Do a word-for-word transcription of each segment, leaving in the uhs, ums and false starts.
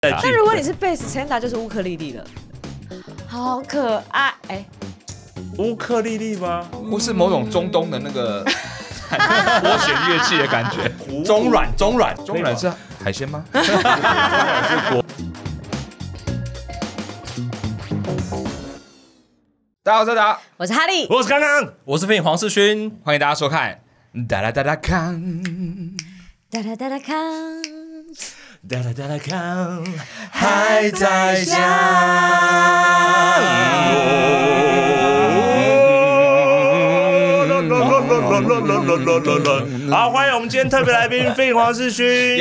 那如果你是贝斯，陈达就是乌克丽丽了，好可爱哎。 乌克丽丽吗？ 或是某种中东的那个拨弦乐器的感觉。 中软，中软， 中软是海鲜吗？大家好，我是达， 我是哈利， 我是刚刚， 我是飞影黄世勋， 欢迎大家收看。哒啦哒啦康， 哒哒哒哒康， 哒啦哒啦康， 还在想。 好，欢迎我们今天特别来宾飞影黄世勋。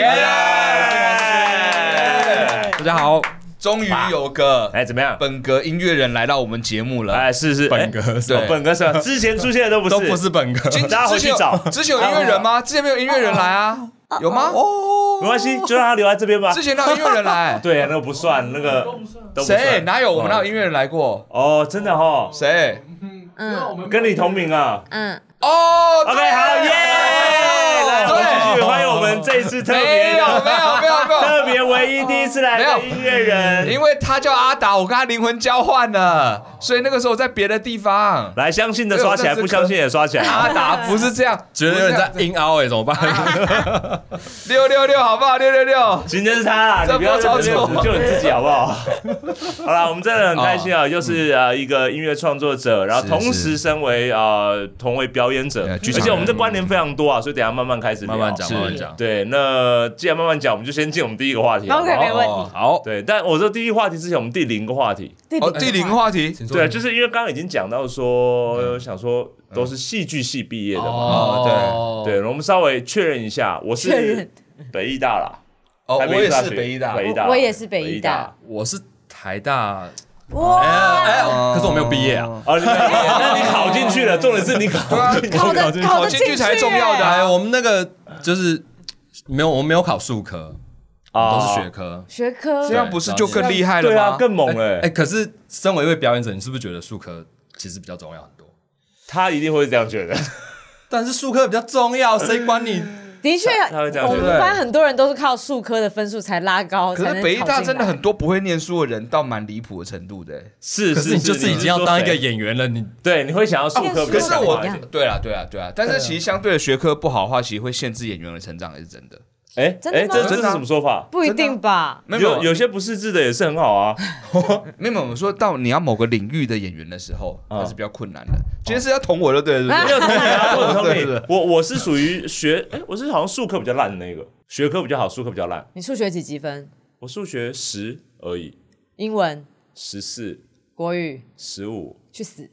大家好，终于有个哎怎么样？ 本格音乐人来到我们节目了。 哎，是是本格， 对， 本格是吧？之前出现的都不是， 都不是本格。 大家回去找。 之前有音乐人吗？之前没有音乐人来啊？有吗？ 没关系，就让他留在这边吧。 之前哪有音乐人来？ 对啊，那个不算，那个都不算。 谁？哪有？我们哪有音乐人来过？ 哦，真的哈。 谁？ 嗯跟你同名啊。 嗯。 哦 ，OK， 好耶！来，我们继续欢迎我们这一次特别没有没有没有没有特别唯一第一次来的音乐人， 因为他叫阿达，我跟他灵魂交换了，所以那个时候我在别的地方。 来，相信的刷起来，不相信也刷起来。 阿达不是这样， 觉得有点在硬凹哎，怎么办？ 六六六好不好？六六六， 今天是他啦，你不要在这边补救你自己好不好？好啦，我们真的很开心啊，又是呃一个音乐创作者，然后同时身为呃同为表演者，而且我们这关联非常多啊，所以等一下慢慢开始慢慢讲，慢慢讲。 对，那既然慢慢讲，我们就先进我们第一个话题。 OK， 没问题。 好， 对，但我说第一个话题之前，我们第零个话题。 哦，第零个话题， 对，就是因为刚刚已经讲到说，想说都是戏剧系毕业的嘛， 哦对对，我们稍微确认一下，我是北艺大啦， 哦，我也是北艺大， 北艺大， 我也是北艺大， 我是台大。 哇！ 哎，可是我没有毕业啊。 哦，你没有毕业，那你考进去了，重点是你考进去， 考的考进去才重要的。 哎，我们那个就是没有，我们没有考数科，都是学科。 学科这样不是就更厉害了吗？ 对啊，更猛了。 哎，可是身为一位表演者，你是不是觉得数科其实比较重要很多？ 他一定会这样觉得， 但是数科比较重要，谁管你？ 的确，我们班很多人都是靠数科的分数才拉高。 可是北艺大真的很多不会念书的人，到蛮离谱的程度的。 是， 可是你就是已经要当一个演员了，你对你会想要数科比较强。 可是我，对啦对啦对啦，但是其实相对的学科不好的话，其实会限制演员的成长，也是真的。 哎哎，这这是什么说法？ 不一定吧？ 有有些不识字的也是很好啊。 没有，我说到你要某个领域的演员的时候，那是比较困难的。今天是要捅我就对了， 没有捅你啊，不捅你。我我是属于学，哎，我是好像数科比较烂的那个，学科比较好，数科比较烂。 你数学几积分？ 我数学十而已。 英文十四。 国语十五。 去死！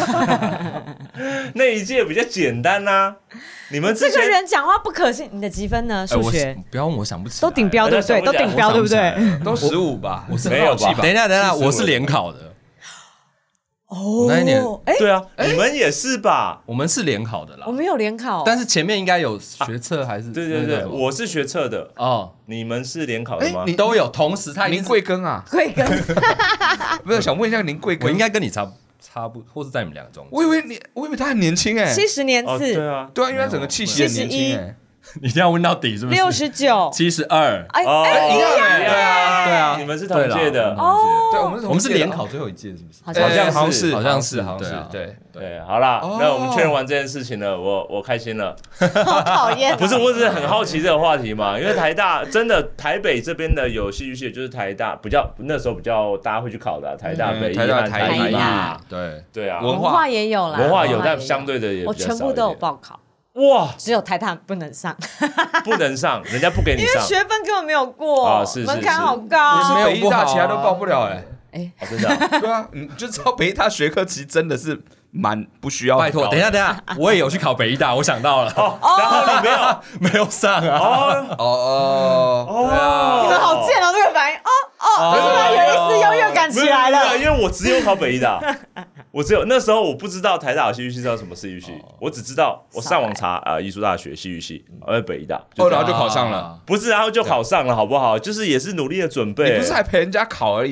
那一届比较简单呐。你们这个人讲话不可信。你的积分呢？数学不要问我，想不起。 都顶标对不对？都顶标对不对？ 都十五吧？ 我是没有吧？ 等一下，等一下，我是联考的。 哦， 那一年， 对啊，你们也是吧？ 我们是联考的啦。 我没有联考， 但是前面应该有学测还是？ 对对对，我是学测的哦。你们是联考的吗？ 你都有，同时他您贵庚啊？ 贵庚？ 没有，想问一下您贵庚？ 我应该跟你差差不，或是在你们两个中。 我以为你，我以为他很年轻哎， 七十年次。 对啊， 对啊，因为他整个气息很年轻哎。 你一定要问到底是不是？ 六十九， 七十二， 哎哎，一样对啊对啊，你们是同届的哦， 对，我们是我们是联考最后一届，是不是？ 好像好像是， 好像是， 好像是， 对对，好啦，那我们确认完这件事情了，我我开心了。 好讨厌， 不是，我只是很好奇这个话题嘛，因为台大真的台北这边的有戏剧系，就是台大比较那时候比较大家会去考的台大、北艺、 台大、 台艺嘛， 对对啊， 文化也有啦， 文化有，但相对的也我全部都有报考。 哇！ 只有台大不能上， 不能上，人家不给你上， 因为学分根本没有过啊，是门槛好高。 你是北艺大，其他都报不了哎。 哎， 真的？ 对啊，你就知道北艺大学科其实真的是蛮不需要。 拜托，等一下，等一下，我也有去考北艺大，我想到了。 哦，然后你没有没有上啊？ 哦哦哦，你们好贱哦，这个反应。哦哦，突然有一丝优越感起来了。 因为我只有考北艺大。我只有那时候我不知道台大有戏剧系，知道什么戏剧系，我只知道我上网查啊，艺术大学戏剧系，呃，北艺大， 哦，然后就考上了， 不是，然后就考上了，好不好？就是也是努力的准备。 你不是还陪人家考而已吗？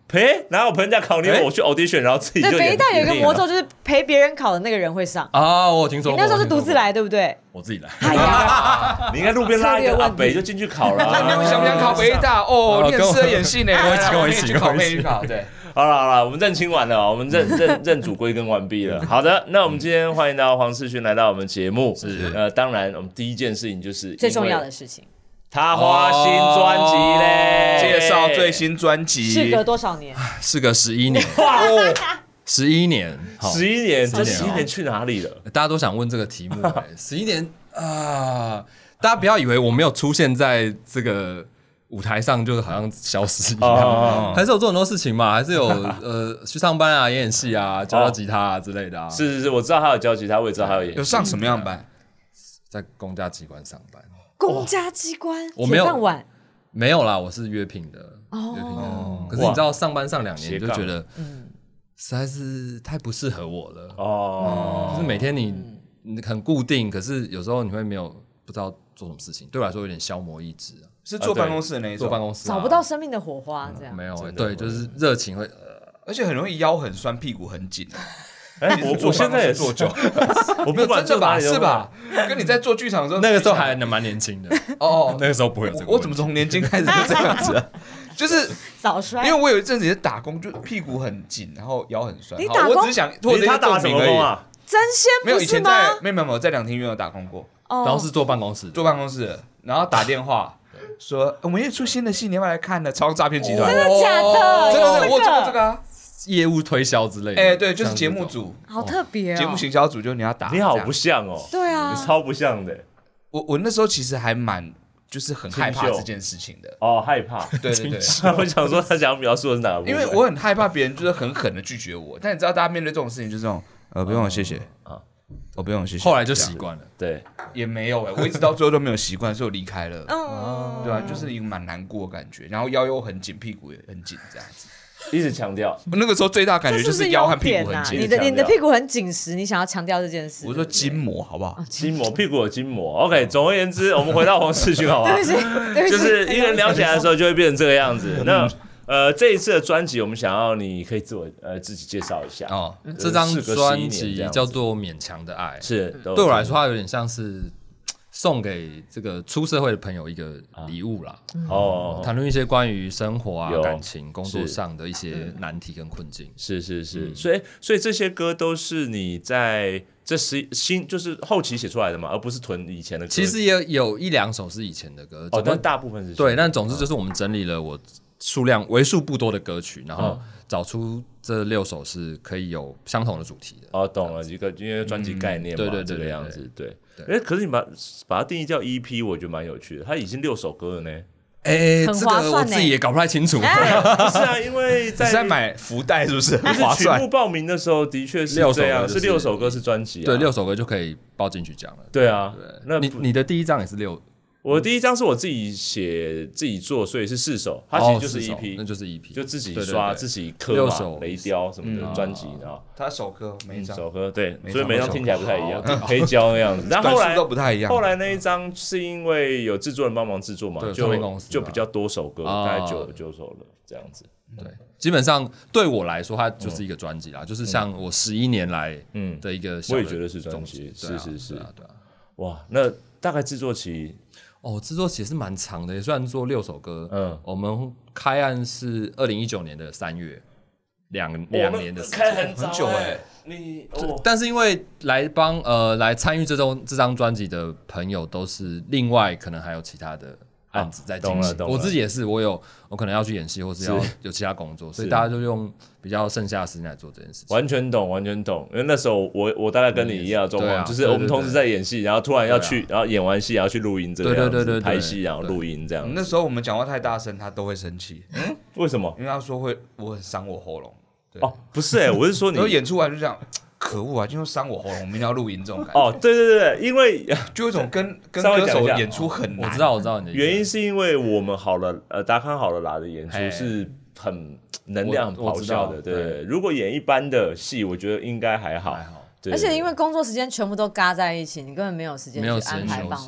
陪哪有陪人家考？你我去 audition， 然后自己就演。 对，北艺大有一个魔咒，就是陪别人考的那个人会上啊。我有听说过。 你那时候是独自来，对不对？ 我自己来。 哎呀， 你应该路边拉一个阿北就进去考了。 那你们想不想考北艺大？哦，你很适合演戏呢。 跟我一起，跟我一起， 去考，去考。对， 好了好了，我们认清完了，我们认认认主归根完毕了。好的，那我们今天欢迎到黄世勋来到我们节目。 是呃，当然我们第一件事情就是最重要的事情。 他发新专辑嘞， 介绍最新专辑。 事隔多少年？ 事隔十一年。十一年， 十一年，这十一年去哪里了？ 大家都想问这个题目。十一年啊，大家不要以为我没有出现在这个舞台上，就好像消失一样，还是有做很多事情嘛，还是有呃去上班啊、演演戏啊、教教吉他啊之类的啊。 是是是，我知道他有教吉他，我也知道他有演。 有上什么样的班？ 在公家机关上班。 公家机关， 我没有铁饭碗， 没有啦，我是约聘的，约聘的。可是你知道，上班上两年就觉得，嗯，实在是太不适合我了。哦，就是每天你你很固定，可是有时候你会没有不知道做什么事情，对我来说有点消磨意志啊。 是坐办公室的那一种， 坐办公室找不到生命的火花，这样没有。对，就是热情会， 而且很容易腰很酸，屁股很紧。 哎，我我现在也做久， 我不管真的吧？是吧？跟你在做剧场的时候， 那个时候还蛮年轻的哦，那个时候不会有这个。 我怎么从年轻开始就这样子？就是早衰， 因为我有一阵子也打工，就屁股很紧，然后腰很酸。 你打工， 我只是想获得一个共鸣而已啊。 真仙没有以前在没有没有在两厅院有打工过， 然后是坐办公室， 坐办公室，然后打电话说我们也出新的戏，你要不要来看呢？超诈骗集团， 真的假的？ 真的，我做过这个啊。 业务推销之类的， 哎，对，就是节目组， 好特别哦。 节目行销组就你要打， 你好不像哦， 对啊， 你超不像的。 我我那时候其实还蛮就是很害怕这件事情的哦，害怕， 对对对。 我想说他想要描述的是哪个部分？ 因为我很害怕别人就是很狠的拒绝我，但你知道大家面对这种事情就是这种，呃，不用谢谢啊，我不用谢谢。 后来就习惯了， 对， 也没有哎，我一直到最后都没有习惯，所以我离开了。嗯，对啊，就是一个蛮难过的感觉，然后腰又很紧，屁股也很紧，这样子。 一直强调， 那个时候最大感觉就是腰和屁股很紧。 你的你的屁股很紧实，你想要强调这件事。 我说筋膜好不好？ 筋膜，屁股有筋膜。OK， 总而言之，我们回到黄世勋好不好？ 对不起，对不起， 就是一个人聊起来的时候就会变成这个样子。那呃，这一次的专辑，我们想要你可以自我呃自己介绍一下哦。这张专辑叫做《勉强的爱》， 是对我来说，它有点像是送给这个出社会的朋友一个礼物啦。哦，谈论一些关于生活啊、感情、工作上的一些难题跟困境。 是是是，所以所以这些歌都是你在这十新就是后期写出来的嘛，而不是囤以前的歌。 其实也有一两首是以前的歌， 哦，但大部分是对。但总之就是我们整理了我数量为数不多的歌曲，然后找出这六首是可以有相同的主题的。 哦，懂了，一个因为专辑概念嘛， 对对对， 这个样子，对。哎，可是你把把它定义叫 E P， 我觉得蛮有趣的。它已经六首歌了呢。 哎，这个我自己也搞不太清楚。 不是啊，因为在在买福袋是不是？ 不是曲目报名的时候的确是这样，是六首歌是专辑， 对，六首歌就可以报金曲奖了。 对啊， 那你你的第一张也是六。 我的第一张是我自己写自己做，所以是四首，它其实就是 E P，、 哦、那就是 E P， 就自己刷自己刻嘛，雷雕什么的专辑，然后它首歌每一张首歌对，所以每张听起来不太一样，黑胶那样子。然后后来都不太一样。 后来那一张是因为有制作人帮忙制作嘛，就就比较多首歌，大概九九首了这样子。 对，基本上对我来说，它就是一个专辑啦，就是像我十一年来的一个， 我也觉得是专辑，是是是，对啊，哇，那大概制作期。 哦，制作期也是蛮长的，也算做六首歌。嗯，我们开案是二零一九年的三月，两两年的时间， 开很很久哎、欸。 你、 哦，但是因为来帮呃来参与这张这张专辑的朋友都是另外可能还有其他的案子在进行。啊、我自己也是，我有我可能要去演戏，或是要有其他工作，所以大家就用比较剩下的时间来做这件事情。 完全懂，完全懂。因为那时候我我大概跟你一样的状况，就是我们同时在演戏，然后突然要去，然后演完戏然后去录音这个样子，对对对对，拍戏然后录音这样。 那时候我们讲话太大声，他都会生气。 嗯，为什么？ 因为他说会我很伤我喉咙。 哦，不是哎、欸，我是说你演出完就这样。可恶啊！就伤我喉咙，我明天要录音这种感觉。 哦，对对对，因为就有一种跟跟歌手演出很难。 我知道，我知道你的原因是因为我们好了，呃，达康好了啦的演出是很能量很咆哮的，对对。如果演一般的戏，我觉得应该还好，还好。 而且因为工作时间全部都嘎在一起，你根本没有时间去安排放松。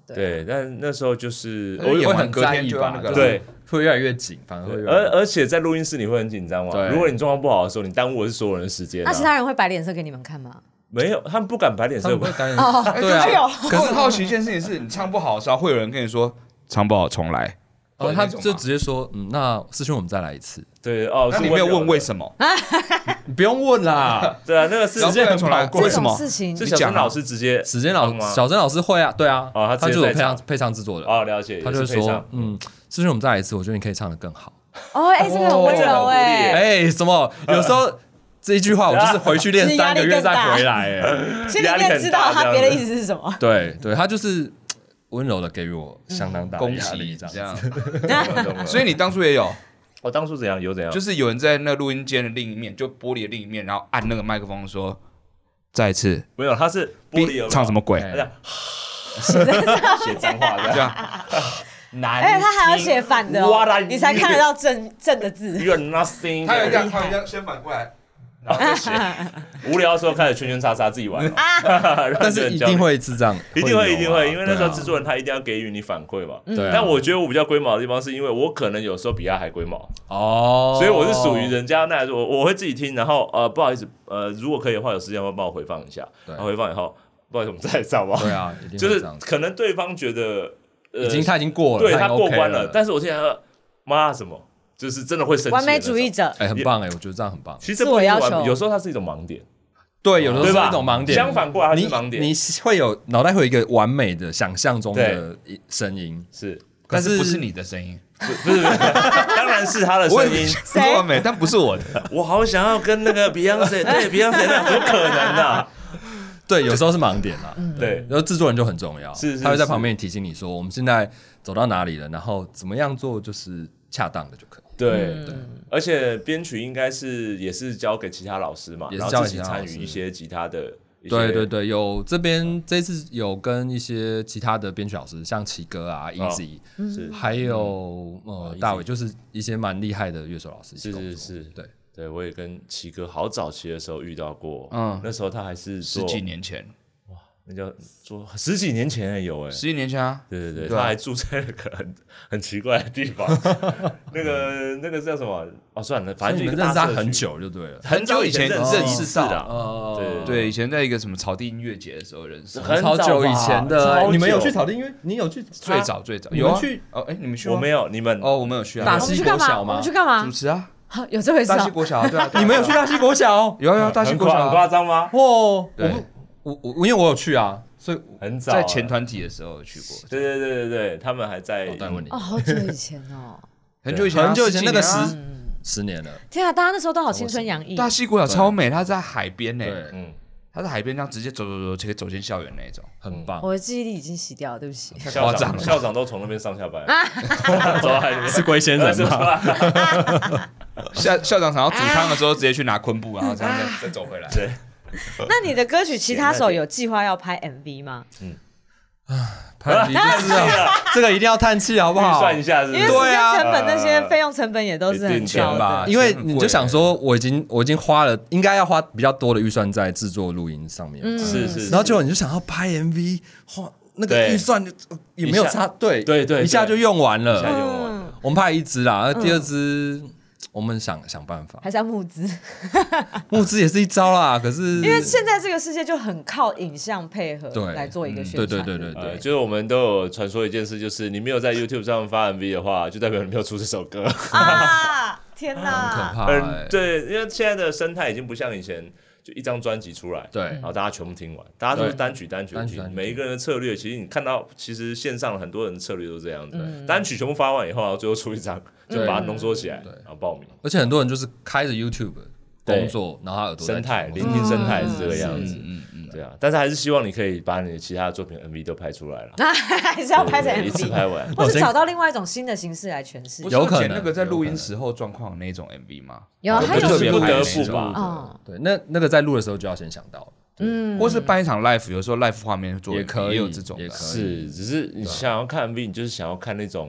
对，但那时候就是我会很在意吧， 对， 会越来越紧，反而会越来越而而且在录音室你会很紧张嘛。如果你状况不好的时候，你耽误的是所有人的时间。 那其他人会摆脸色给你们看吗？ 没有，他们不敢摆脸色。 不敢。 哦， 对啊。可是好奇一件事情是，你唱不好的时候，会有人跟你说唱不好重来。 哦，他就直接说，嗯，那师兄我们再来一次。 对哦， 那你没有问为什么？ 你不用问啦。 对啊，那个是直接重来，为什么？ 事情是小曾老师直接， 时间老小曾老师会啊，对啊， 哦， 他就是配唱配唱制作的。 哦，了解。 他就说，嗯，师兄我们再来一次，我觉得你可以唱得更好。 哦，哎，这个很温柔哎。 哎，什么？有时候这一句话，我就是回去练三个月再回来，哎， 心里面知道他别的意思是什么。 对对，他就是温柔的给予我相当大的压力，这样。 所以你当初也有。 我当初怎样有怎样， 就是有人在那录音间的另一面，就玻璃的另一面，然后按那个麦克风说：“再一次。” 没有，他是玻璃有唱什么鬼？ 写脏话这样。难， 而且他还要写反的哦，你才看得到正正的字。 You're nothing。 他有这样，他有这样先反过来。 然后就写，无聊的时候开始圈圈叉叉自己玩， 但是一定会是这样， 一定会一定会，因为那时候制作人他一定要给予你反馈嘛。 对。 但我觉得我比较龟毛的地方，是因为我可能有时候比他还龟毛哦， 所以我是属于人家那来说，我会自己听，然后呃不好意思，呃如果可以的话，有时间会帮我回放一下，然后回放以后，不好意思我们再来唱吧。 对啊， 就是可能对方觉得已经他已经过了， 对他过关了，但是我现在说妈什么？就是真的会生气， 完美主义者， 哎，很棒哎，我觉得这样很棒。 其实自我要求，有时候它是一种盲点， 对，有的时候是一种盲点。 相反过来，它是盲点。 你会有脑袋会有一个完美的想象中的声音， 是， 但是不是你的声音， 不是，当然是他的声音， 是完美，但不是我的。 我好想要跟那个 Beyonce， 对 Beyonce， 怎么可能呢？ 对，有时候是盲点啦。 对， 然后制作人就很重要， 是， 他会在旁边提醒你说，我们现在走到哪里了，然后怎么样做就是恰当的就可以。 对对，而且编曲应该是也是交给其他老师嘛，然后自己参与一些其他的。 对对对，有这边这次有跟一些其他的编曲老师，像奇哥啊、Easy， 是， 还有呃大伟，就是一些蛮厉害的乐手老师。 是是是， 对对，我也跟奇哥好早期的时候遇到过，嗯，那时候他还是十几年前。 那叫做十几年前也有哎， 十几年前啊， 对对对，他还住在那个很很奇怪的地方，那个那个叫什么？哦，算了，反正就一个认识他很久就对了， 很久以前认识到的，对对，以前在一个什么草地音乐节的时候认识， 很超久以前的。你们有去草地音乐？你有去？ 最早最早有去哦，哎，你们去吗？ 我没有，你们哦，我们有去啊。 大溪国小吗？我们去干嘛？ 主持啊。 有这回事？ 大溪国小，对啊， 你们有去大溪国小？ 有有大溪国小， 很夸张吗？ 哦，对，我我因为我有去啊。所以很早在前团体的时候去过， 对对对对对，他们还在。 我再问你哦，好久以前哦， 很久以前， 很久以前那个十十年了。 天啊，大家那时候都好青春洋溢。 大溪国小超美，它在海边呢， 嗯， 它在海边这样直接走走走，可以走进校园那种， 很棒。 我的记忆力已经洗掉了，对不起。 校长校长都从那边上下班，走到海边是龟仙人吗？ 校校长想要煮汤的时候，直接去拿昆布，然后这样再再走回来。 对。 那你的歌曲其他首有计划要拍 M V 吗？ 嗯， 拍 M V 就是这个一定要叹气好不好？ 预算一下是， 因为时间成本那些费用成本也都是很高的。 因为你就想说，我已经我已经花了，应该要花比较多的预算在制作录音上面， 是是。 然后结果你就想要拍 M V， 花那个预算也没有差，对对对， 一下就用完了。 一下就用完了。 我们拍一支啦，第二支。我们想想办法， 还是要募资， 募资也是一招啦。可是因为现在这个世界就很靠影像配合来做一个宣传， 对对对对对， 就是我们都有传说一件事，就是你没有在 YouTube 上发 M V 的话，就代表你没有出这首歌啊！天哪， 很可怕。 嗯，对，因为现在的生态已经不像以前。就一张专辑出来， 对， 然后大家全部听完，大家都是单曲单曲听，每一个人的策略，其实你看到，其实线上很多人的策略都是这样子，单曲全部发完以后，然后最后出一张，就把它浓缩起来，然后报名。 而且很多人就是开着 YouTube 工作，然后他耳朵生态聆听生态是这个样子，嗯嗯，对啊，但是还是希望你可以把你的其他的作品 M V 都拍出来了， 还是要拍成 M V， 一次拍完， 或是找到另外一种新的形式来诠释。 有可能那个在录音时候状况那种 M V 吗？ 有，还有特别不得不吧， 对，那那个在录的时候就要先想到， 嗯， 或是办一场 live， 有时候 live 画面做也可以， 也有这种， 也可以， 是，只是你想要看 M V， 你就是想要看那种。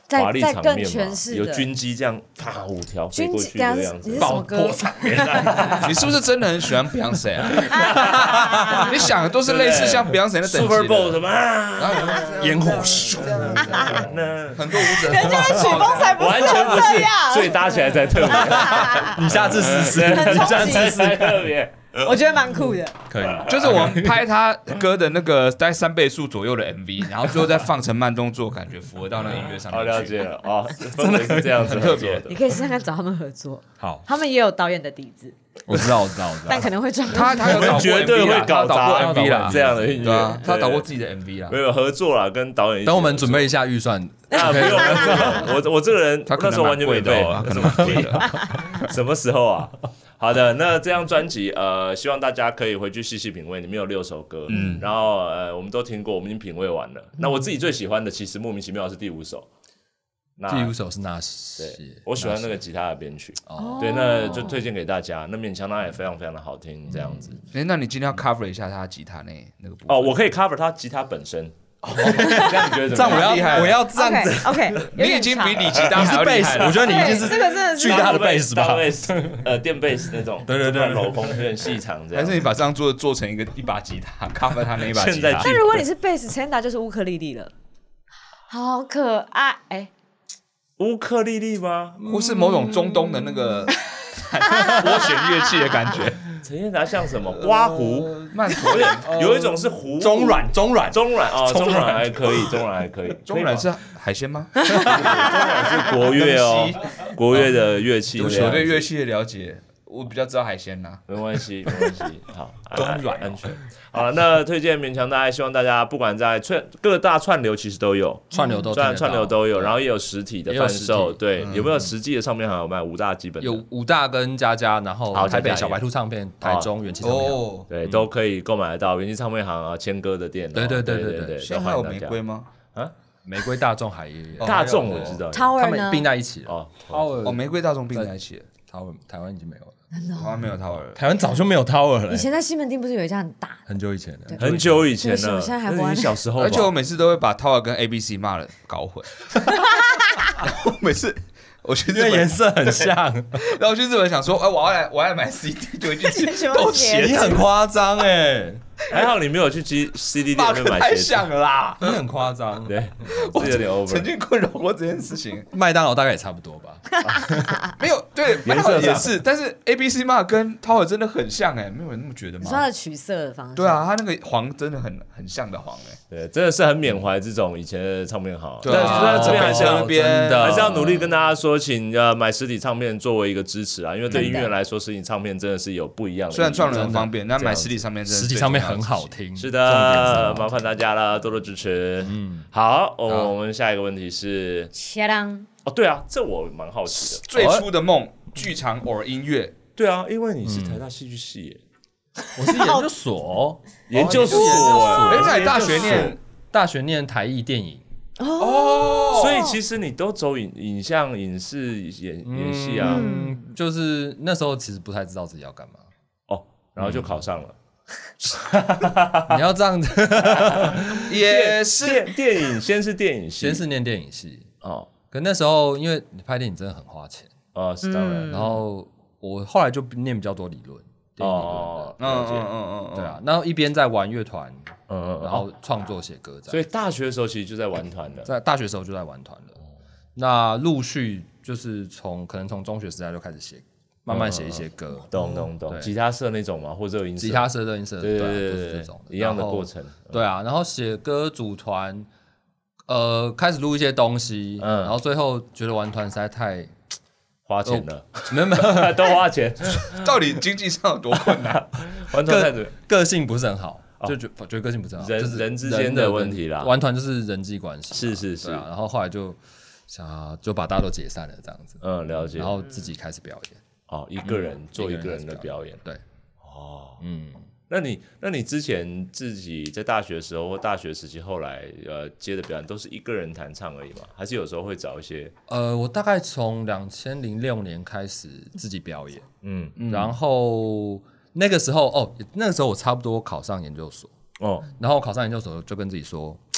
华丽场面嘛，有军军机这样啪五条飞过去的样子， 爆破场面。 你是不是真的很喜欢 Beyonce 啊？你想的都是类似像 Beyonce 的等级的 Super Bowl 什么， 烟火秀，很多舞者， 人家的曲风才不是完全不是，所以搭起来才特别。 你下次试试， 很你下次试试特别。 我觉得蛮酷的， 可以， 就是我们拍他歌的那个大概三倍速左右的 M V， 然后最后再放成慢动作，感觉符合到那个音乐上面去。 了解了哦，真的是这样子， 很特别的。 你可以试试看找他们合作， 好， 他们也有导演的底子。 我知道，我知道，我知道， 但可能会撞他他有导过绝对会搞砸 M V 啦， 这样的音乐， 他导过自己的 M V 啦， 没有合作啦，跟导演。 等我们准备一下预算， 啊，不用，我我这个人那时候完全没背， 可能蛮贵的。 什么时候啊？好的，那这张专辑，呃，希望大家可以回去细细品味，里面有六首歌，嗯，然后呃，我们都听过，我们已经品味完了。那我自己最喜欢的，其实莫名其妙是第五首。 第五首是那些， 我喜欢那个吉他的编曲，哦，对，那就推荐给大家。那勉强他也非常非常的好听，这样子。 哎，那你今天要 cover 一下他的吉他那那个部分哦，我可以 cover 他吉他本身。这样你觉得怎么样？ 这样我要我要这样子 ，OK， 你已经比李吉他还要厉害了。 我觉得你已经是这个真的是巨大的贝斯吧， 呃，电贝斯那种，对对对，镂空有点细长这样。 还是你把这样做做成一个一把吉他 ，cover 他那一把吉他。 那如果你是贝斯，陈达就是乌克丽丽了，好可爱哎。 乌克丽丽吗？ 或是某种中东的那个拨弦乐器的感觉？ 陈建达像什么？刮胡、 曼陀罗，有一种是胡中软、中软、 中软啊，中软还可以，中软还可以。 中软是海鲜吗？ 中软是国乐哦，国乐的乐器。 我对乐器的了解，我比较知道海鲜呐。 没关系，没关系。好， 中软安全。好，那推荐勉强大家，希望大家不管在串各大串流其实都有， 串流都串串流都有，然后也有实体的贩售，对，有没有实际的唱片行有卖？五大基本有五大跟佳佳，然后台北小白兔唱片、台中元气唱片行， 对，都可以购买得到。元气唱片行啊，签歌的店， 对对对对对。 现在还有玫瑰吗？ 啊， 玫瑰大众还有， 大众我知道， 他们并在一起了。哦哦，玫瑰大众并在一起了， 台湾台湾已经没有了。 台湾没有 Tower， 台湾早就没有 Tower 了。 以前在西门町不是有一家很大？ 很久以前的， 很久以前了。 现在还玩。 小时候， 而且我每次都会把 Tower 跟 A B C 骂了搞混。我每次我去日本颜色很像， 然后去日本想说，哎，我要来我要来买 C D， 就一定都鞋， 你很夸张哎。 还好你没有去 C D 店里面买鞋子， 太像了啦， 你很夸张， 对，我有点 over。 曾经困扰过这件事情， 麦当劳大概也差不多吧， 没有对，麦当劳也是，但是 A B C 嘛跟 Tower 真的很像哎，没有人那么觉得吗？ 你说它的取色的方式， 对啊，它那个黄真的很很像的黄哎， 对，真的是很缅怀这种以前的唱片行， 对啊， 但是这边还是要边还是要努力跟大家说，请呃买实体唱片作为一个支持啊，因为对音乐来说，实体唱片真的是有不一样的。 虽然串流很方便，但买实体唱片真的实体唱片很好听。 是的，麻烦大家了，多多支持。嗯，好，我们下一个问题是，哦，对啊，这我蛮好奇的。 最初的梦，剧场 or 音乐？ 对啊，因为你是台大戏剧系耶， 我是研究所， 研究所， 哎，在大学念大学念台艺电影。 哦，所以其实你都走影影像、影视、演演戏啊， 就是那时候其实不太知道自己要干嘛， 哦，然后就考上了。 你要这样子， 也是电影，先是电影系， 先是念电影系哦。可那时候因为你拍电影真的很花钱哦，是当然。 然后我后来就念比较多理论， 哦， 嗯嗯嗯嗯， 对啊。然后一边在玩乐团，嗯嗯，然后创作写歌， 所以大学的时候其实就在玩团了， 在大学的时候就在玩团了。那陆续就是从可能从中学时代就开始写。慢慢写一些歌， 懂懂懂，吉他社那种嘛，或者音色， 吉他社、热音社， 对对对对，这种一样的过程。 对啊，然后写歌组团，呃，开始录一些东西，然后最后觉得玩团实在太花钱了， 没有没有都花钱， 到底经济上有多困难？ 玩团太个性不是很好，就觉觉得个性不是很好， 人人之间的问题啦。 玩团就是人际关系， 是是是， 然后后来就想就把大家都解散了这样子， 嗯，了解， 然后自己开始表演。 哦，一个人、嗯、做一个人的表演， 对， 哦，嗯，那你那你之前自己在大学的时候或大学时期，后来呃接的表演都是一个人弹唱而已吗？还是有时候会找一些？ 呃，我大概从两千零六年开始自己表演，嗯，然后那个时候哦，那个时候我差不多考上研究所，哦，然后考上研究所就跟自己说，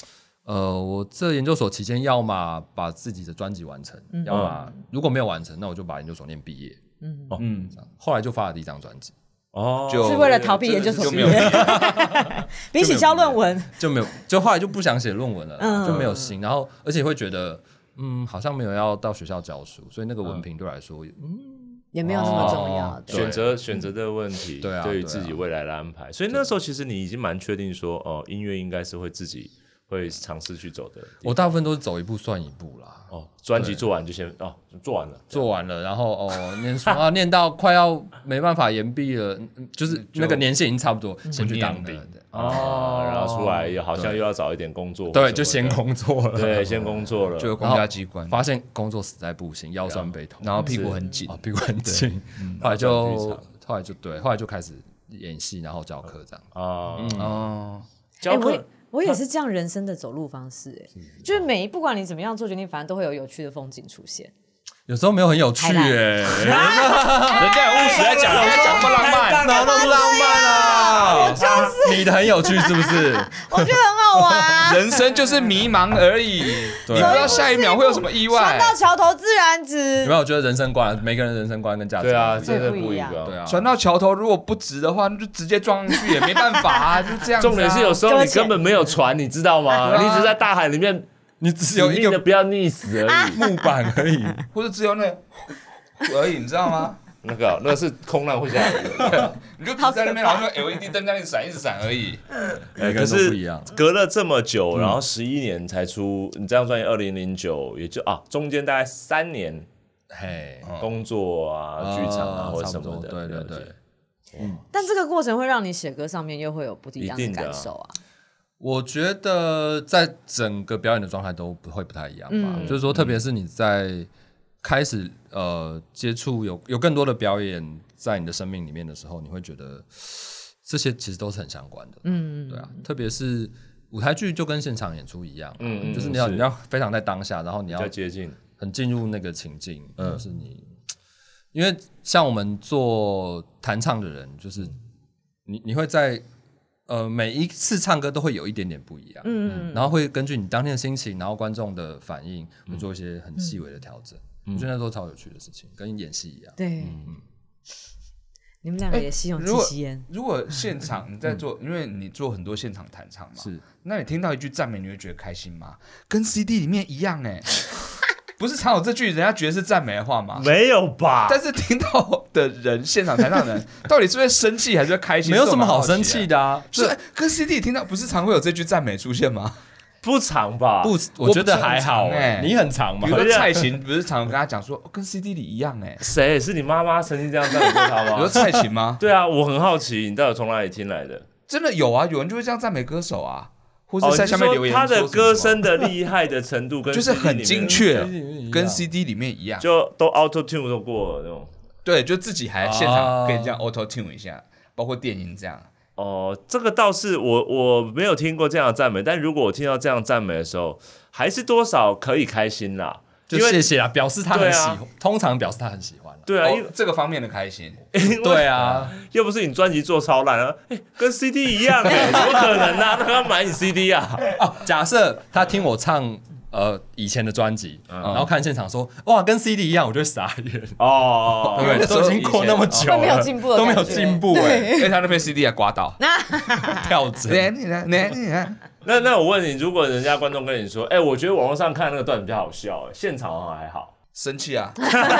呃，我这研究所期间，要么把自己的专辑完成，嗯、要么如果没有完成，那我就把研究所念毕业。嗯嗯，后来就发了第一张专辑。 哦， 是为了逃避研究所毕业，比起交论文就没有，就后来就不想写论文了，嗯、就没有心，然后而且会觉得，嗯，好像没有要到学校教书，所以那个文凭对我来说，嗯， 也没有那么重要。 哦、选择选择的问题， 对啊， 对于自己未来的安排，所以那时候其实你已经蛮确定说，哦，音乐应该是会自己会尝试去走的。 我大部分都是走一步算一步啦。 哦，专辑做完就先哦，做完了， 做完了，然后哦，念书啊，念到快要没办法延毕了，就是那个年限已经差不多，先去当兵哦，然后出来又好像又要找一点工作， 对，就先工作了， 对，先工作了， 就有公家机关， 发现工作实在不行，腰酸背痛， 然后屁股很紧， 屁股很紧，后来就后来就对，后来就开始演戏，然后教课这样啊， 哦，教课。我也是这样人生的走路方式、欸，就是每一不管你怎么样做决定，反正都会有有趣的风景出现。 有时候没有很有趣耶、欸，人家有务实在讲，人家讲不浪漫， 哪那么浪漫啊？就是你的很有趣是不是？ 我觉得很好玩、啊。 人生就是迷茫而已，你不知道下一秒会有什么意外。 船到桥头自然直。 有没有？我觉得人生观，每个人人生观跟价值对啊，真的不一样。 对啊， 船到桥头如果不直的话，那就直接撞上去也没办法啊，就这样、啊。 重点是有时候你根本没有船，你知道吗？你只在大海里面。 你只有一个不要溺死而已， 木板而已， 或者只有那而已，你知道吗？ 那个那个是空难会下来的， 你就在那边，然后那 L E D 灯在那里闪，一直闪而已。 哎，可是隔了这么久，然后十一年才出，你这样算二零零九，也就啊，中间大概三年，嘿，工作啊、剧场啊或者什么的， 对对对。 嗯，但这个过程会让你写歌上面又会有不一样的感受啊。 我觉得在整个表演的状态都不会不太一样吧，嗯、就是说，特别是你在开始呃接触有有更多的表演在你的生命里面的时候，你会觉得这些其实都是很相关的，嗯，对啊，特别是舞台剧就跟现场演出一样，嗯，就是你要你要非常在当下，然后你要接近， 很进入那个情境，嗯，就是你，因为像我们做弹唱的人，就是你你会在。呃，每一次唱歌都会有一点点不一样，嗯，然后会根据你当天的心情，然后观众的反应，会做一些很细微的调整。嗯、我觉得那都是超有趣的事情，跟演戏一样。 对，嗯、你们两个也吸用机吸烟。 如果现场你在做，因为你做很多现场弹唱嘛， 是， 那你听到一句赞美，你会觉得开心吗？跟 C D 里面一样哎、欸。不是常有这句人家觉得是赞美的话吗？ 没有吧？ 但是听到的人，现场台上的人，到底是会生气还是会开心？ 没有什么好生气的啊！ 是跟 C D 听到，不是常会有这句赞美出现吗？ 不长吧？ 不，我觉得还好哎、欸。你很长吗？ 比如说蔡琴不是常跟他讲说、哦，跟 C D 里一样哎、欸。 谁？是你妈妈曾经这样赞美过他吗？ 你说蔡琴吗？ 对啊，我很好奇，你到底从哪里听来的？ 真的有啊，有人就会这样赞美歌手啊。或是在下面留言、 哦、他的歌声的厉害的程度跟就是很精确，跟 C D 里面一样， 就都 auto tune 都过了那种。 对，就自己还现场跟人家 auto tune 一下，包括电音这样。 哦，这个倒是我我没有听过这样的赞美，但如果我听到这样赞美的时候，还是多少可以开心啦。 就谢谢啦，表示他很喜欢，啊、通常表示他很喜欢。 对啊， 因为、哦、这个方面的开心。 对啊， 又不是你专辑做超烂啊，欸，跟 C D 一样哎，怎么可能啊？那他买你 C D 啊？ 哦，假设他听我唱呃以前的专辑，嗯、然后看现场说哇跟 C D 一样，我就会傻眼哦， 对不对？都已经过那么久了， 都没有进步， 都没有进步哎， 因为他那边 C D 还刮到， 跳针。 那那我问你，如果人家观众跟你说，哎、欸，我觉得网络上看那个段子比较好笑，哎，现场好像还好， 生气啊！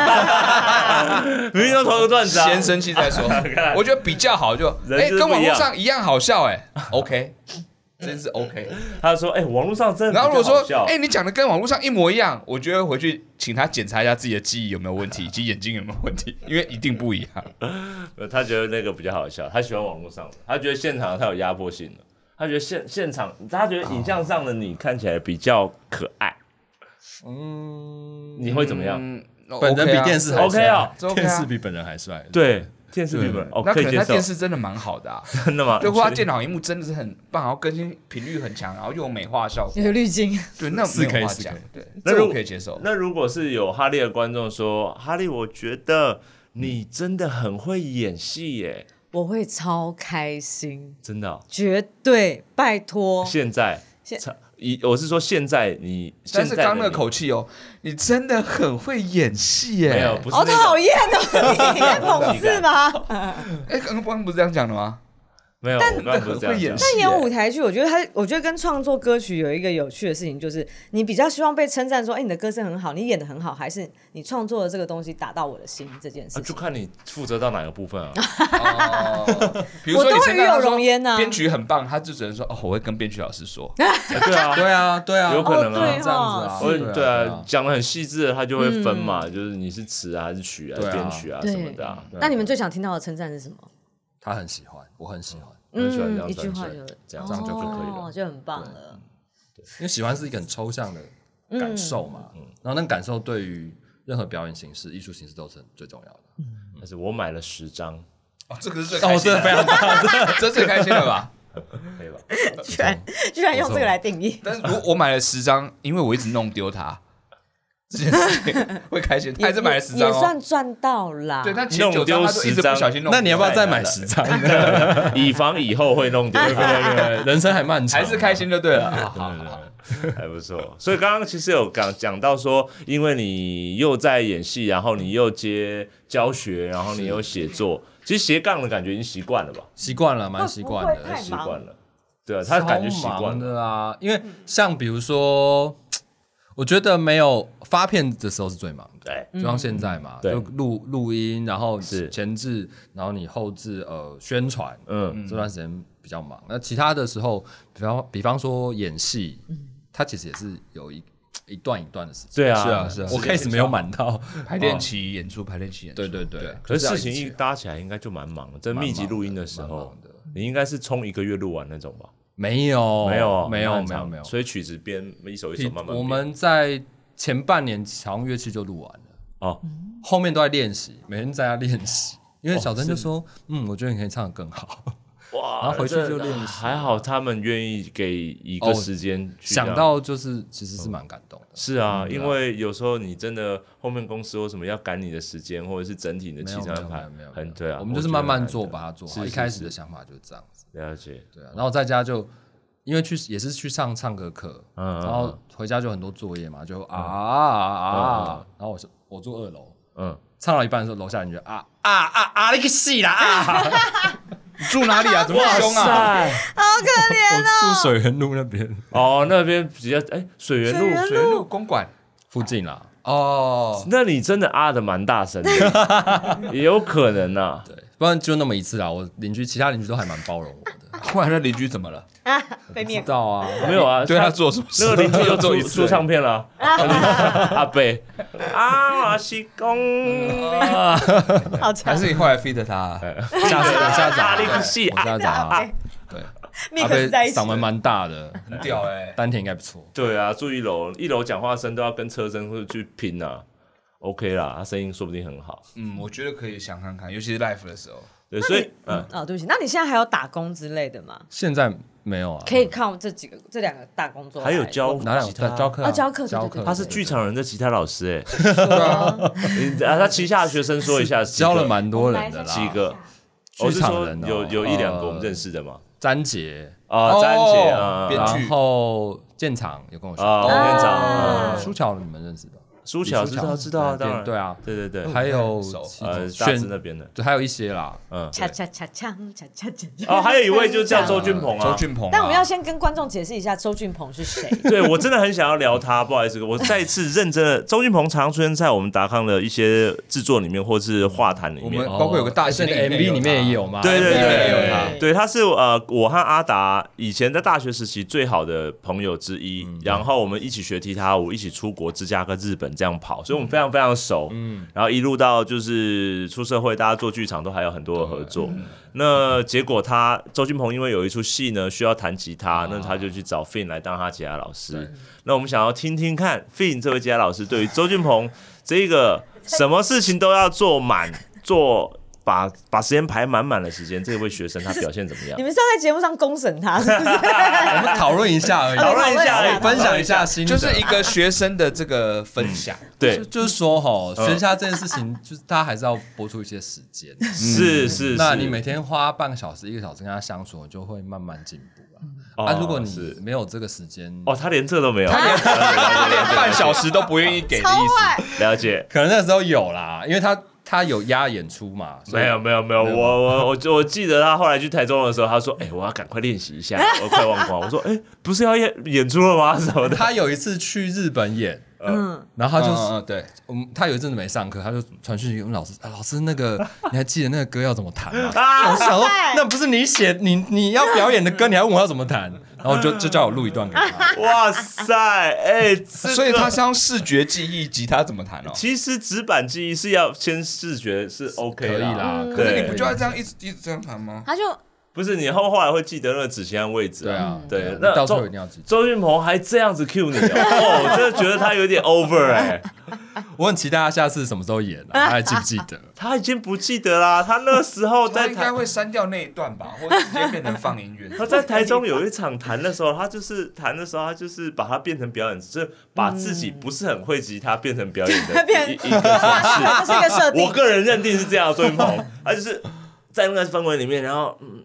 明明都同一个段子啊， 先生气再说。我觉得比较好就，哎、欸，跟网络上一样好笑，哎 ，OK， 真是 OK。 他说，哎、欸，网络上真的比较好笑。 然后如果说，哎、欸，你讲的跟网络上一模一样，我觉得回去请他检查一下自己的记忆有没有问题，以及眼睛有没有问题，因为一定不一样。 他觉得那个比较好笑，他喜欢网络上的，他觉得现场他有压迫性的。他觉得现现场，他觉得影像上的你看起来比较可爱，嗯，你会怎么样？嗯、 本人比电视还帅 OK 啊， 电视比本人还帅。 对，电视比本人，哦， 那可能他电视真的蛮好的啊， 真的吗？ 对，或他电脑萤幕真的是很棒，然后更新频率很强，然后又有美化效果， 有滤镜， 对，那没有话讲，对， 那这我可以接受。 那如果是有哈利的观众说，哈利，我觉得你真的很会演戏耶。 我会超开心， 真的、哦， 绝对，拜托。 现在， 以我是说现在你， 但是刚那个口气哦，你真的很会演戏耶！ 没有，不是好讨厌哦，你在讽刺吗？ 哎，刚刚刚不是这样讲的吗？ 没有， 但很会演戏。 但演舞台剧，我觉得他，我觉得跟创作歌曲有一个有趣的事情，就是你比较希望被称赞说，哎，你的歌声很好，你演的很好，还是你创作的这个东西打到我的心这件事情？ 就看你负责到哪个部分啊。 哦，比如说我都会与有荣焉啊。 编曲很棒，他就只能说哦，我会跟编曲老师说。 对啊， 对啊，对啊， 有可能啊， 这样子啊。对啊，讲的很细致的，他就会分嘛，就是你是词啊，还是曲啊，编曲啊什么的啊。 那你们最想听到的称赞是什么？ 他很喜欢，我很喜欢。 很喜欢这样， 一句话就这样，这样就可以了， 就很棒了。 因为喜欢是一个很抽象的感受嘛，然后那感受对于任何表演形式、艺术形式都是最重要的。 但是我买了十张， 哦，这个是最开心的， 非常棒， 这最开心了吧？ 可以吧？ 居然居然用这个来定义。 但是我我买了十张，因为我一直弄丢它。这件事情会开心，他还是买了十张也算赚到啦。 对，但前九张他就一直不小心弄。 那你要不要再买十张？ 以防以后会弄丢。对对对，人生还漫长， 还是开心就对了。好好好， 还不错。所以刚刚其实有讲讲到说，因为你又在演戏，然后你又接教学，然后你又写作，其实斜杠的感觉已经习惯了吧？ 习惯了，蛮习惯的， 习惯了。对啊，他感觉习惯的啊，因为像比如说。我觉得没有发片的时候是最忙的， 对， 就像现在嘛，就录录音，然后前置，然后你后置呃宣传，嗯，这段时间比较忙。那其他的时候，比方比方说演戏，它其实也是有一一段一段的时间。 对啊， 是啊，是啊， 我开始没有满到排练期、演出、排练期、演出。 对对对， 可是事情一搭起来，应该就蛮忙的。在密集录音的时候，你应该是冲一个月录完那种吧？ 没有， 没有， 没有，没有，没有。 所以曲子编一首一首慢慢。 我们在前半年好像乐器就录完了，哦，后面都在练习，每天在家练习。因为小珍就说：“嗯，我觉得你可以唱得更好。”哇，然后回去就练习。 还好他们愿意给一个时间， 想到就是其实是蛮感动的。 是啊，因为有时候你真的后面公司或什么要赶你的时间，或者是整体的期程安排，很对啊。 我们就是慢慢做，把它做好。一开始的想法就是这样子。 了解， 对啊。然后在家就因为去也是去上唱歌课，然后回家就很多作业嘛，就啊啊，然后我我住二楼，嗯，唱到一半的时候，楼下人就啊啊啊啊，你个戏啦啊！ 你住哪里啊？怎么凶啊？ 好可怜哦！ 我住水源路那边。 哦，那边比较哎，水源路， 水源路公馆附近啦。 哦，那你真的啊的蛮大声的，也有可能呐。 对，不然就那么一次啦。我邻居，其他邻居都还蛮包容我的。 后来那邻居怎么了？ 啊，被灭。 知道啊， 没有啊， 对他做什么事？ 那个邻居又出出唱片了。阿贝啊，是公， 好强。 还是你后来 feed 他？ 下次往下找， 往下找啊。对， 阿贝嗓门蛮大的， 很屌哎， 丹田应该不错。 对啊，住一楼，一楼讲话声都要跟车声去拼啊。OK 啦，他声音说不定很好。 嗯，我觉得可以想看看，尤其是 live 的时候。 对，所以嗯哦，对不起，那你现在还有打工之类的吗？ 现在没有啊， 可以靠这几个这两个大工作， 还有教哪两个教课啊？教课教课， 他是剧场人的吉他老师哎，啊，他旗下的学生说一下， 教了蛮多人的啦， 几个剧场人有有一两个我们认识的嘛， 詹杰啊，詹杰啊， 然后建厂有跟我说， 建厂， 舒乔你们认识的？ 舒乔知道知道啊，当然对啊， 对对对， 还有呃大致那边的， 对，还有一些啦， 嗯， 恰恰恰恰恰恰恰哦，还有一位就叫周俊鹏啊， 周俊鹏。 但我们要先跟观众解释一下周俊鹏是谁。 对我真的很想要聊他，不好意思，我再一次认真的，周俊鹏常出现在我们达康的一些制作里面，或是画坛里面， 包括有个大型的 M V 里面也有嘛， 对对对， 对，他是呃，我和阿达以前在大学时期最好的朋友之一，然后我们一起学踢踏舞，一起出国芝加哥、日本这样跑，所以我们非常非常熟，嗯，然后一路到就是出社会，大家做剧场都还有很多的合作。嗯、那结果他周俊鹏因为有一出戏呢需要弹吉他，那他就去找 Fin 来当他吉他老师。那我们想要听听看 Fin 这位吉他老师对于周俊鹏这个什么事情都要做满做。把把时间排满满的时间，这位学生他表现怎么样？ 你们是要在节目上公审他，是不是？ 我们讨论一下而已， 讨论一下而已， 分享一下心得， 就是一个学生的这个分享。 嗯、对就，就是说哈，学下这件事情，就是他还是要拨出一些时间。 是是， 那你每天花半个小时、一个小时跟他相处，就会慢慢进步啊。 啊，如果你没有这个时间， 哦，他连这都没有， 他连他连半小时都不愿意给的意思。 了解， 可能那时候有啦，因为他他有压演出嘛。 没有没有没有，我我我我记得他后来去台中的时候，他说：“哎、欸，我要赶快练习一下，我快忘光。”我说：“哎、欸，不是要演演出了吗？什么的？” 他有一次去日本演。嗯，然后他就、 嗯嗯、对， 我们他有一阵子没上课，他就传讯息给我们老师啊，老师那个你还记得那个歌要怎么弹吗？啊、我想说那不是你写你你要表演的歌，你还问我要怎么弹，然后就就叫我录一段给他。 哇塞，哎、欸， 所以他是用视觉记忆吉他怎么弹哦？ 其实纸板记忆是要先视觉是 OK 可以啦， 嗯、可是你不就要这样一直一直这样弹吗？ 他就。 不是你后后来会记得那个指向位置、啊， 对啊， 对，那到时候一定要记。 周俊鹏还这样子 cue 你哦，哦我真的觉得他有点 over 哎、 欸。我很期待他下次什么时候演啊，他还记不记得？ 他已经不记得啦，他那时候在他应该会删掉那一段吧，或者直接变成放音乐。 他在台中有一场弹的时候，他就是弹的时候，他就是把它变成表演，就是把自己不是很会吉他变成表演的一一个形式。 这是一个设定。 我个人认定是这样，周俊鹏，他就是在那个氛围里面，然后嗯。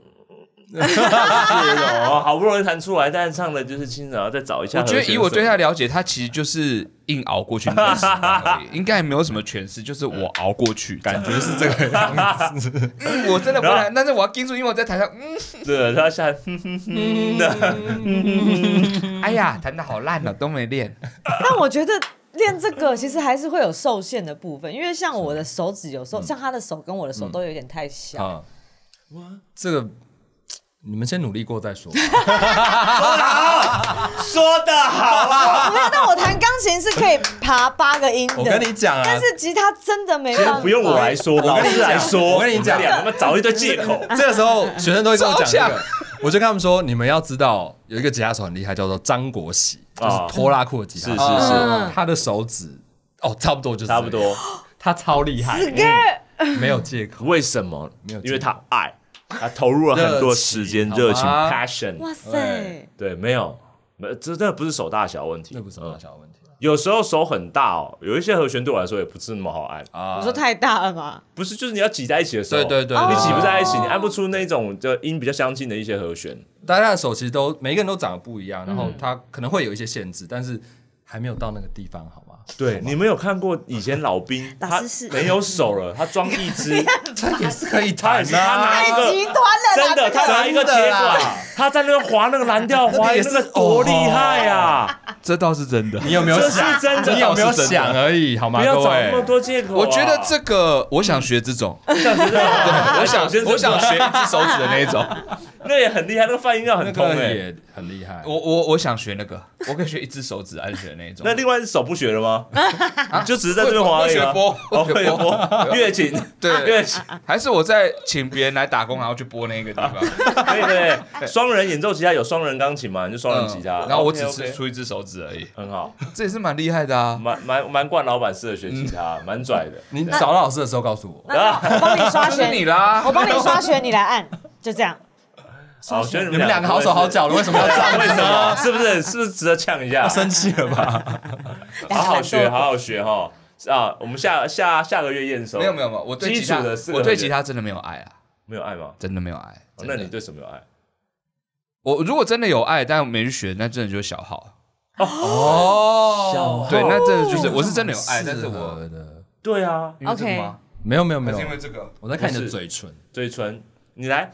好不容易弹出来，但是唱的就是轻柔，再找一下。 我觉得以我对他的了解，他其实就是硬熬过去那个时光而已，应该也没有什么诠释，就是我熬过去， 感觉是这个样子。 嗯、我真的不弹，但是我要盯住，因为我在台上，嗯， 对，他下， 嗯哎呀，弹的好烂了，都没练。 但我觉得练这个其实还是会有受限的部分，因为像我的手指有时候，像他的手跟我的手都有点太小。 嗯、这个。你们先努力过再说。 说得好，说得好啊！ 没有，但我弹钢琴是可以爬八个音的。 我跟你讲啊， 但是吉他真的没办法。 不用我来说，老师来说。 我跟你讲， 两个找一堆借口。 这个时候学生都会跟我讲这个，我就跟他们说，你们要知道有一个吉他手很厉害，叫做张国喜，就是拖拉库的吉他手。 是是是， 他的手指哦，差不多就是差不多， 他超厉害，没有借口。 为什么？没有，因为他爱。他投入了很多时间、热情、passion。 哇塞！ 对，没有，没，这这不是手大小问题， 那不是手大小问题。 有时候手很大哦，有一些和弦对我来说也不是那么好按啊。你说太大了吗？ 不是，就是你要挤在一起的时候， 对对对， 你挤不在一起，你按不出那种就音比较相近的一些和弦。 大家的手其实都每一个人都长得不一样，然后他可能会有一些限制，但是还没有到那个地方，好吗？ 对，你们有看过以前老兵，他没有手了，他装一只， 他也是可以弹的。他拿一个极端了， 真的，他拿一个铁管，他在那边滑那个蓝调滑，那个多厉害啊！ 这倒是真的。 你有没有想？ 这是真的， 你有没有想而已，好吗？ 不要找那么多借口。 我觉得这个，我想学这种， 想学这种， 我想我想学一只手指的那一种， 那也很厉害，那个泛音要很通哎， 也很厉害。 我我我想学那个，我可以学一只手指按学的那种。 那另外一只手不学了吗？就只是在这边滑而已吗？ 会播， 会播乐琴， 对， 乐琴， 还是我在请别人来打工，然后去播那个地方。 可以可以，双人演奏吉他有双人钢琴嘛？你就双人吉他， 然后我只是出一只手指而已， 很好， 这也是蛮厉害的啊， 蛮蛮蛮惯老板式的学吉他，蛮拽的。 你找老师的时候告诉我， 我帮你刷弦， 你啦， 我帮你刷弦，你来按，就这样。 好，觉得你们两个好手好脚了，为什么要这样？ 为什么？是不是？是不是值得呛一下？ 生气了吧？ 好好学，好好学哈！啊，我们下下下个月验收。 没有没有没有，我对吉他，我对吉他真的没有爱啊， 没有爱吗？ 真的没有爱。 那你对什么有爱？ 我如果真的有爱，但我没去学，那真的就是小号。 哦，小号， 对，那真的就是我是真的有爱，但是我对啊 ，OK， 没有没有没有， 因为这个， 我在看你的嘴唇， 嘴唇，你来。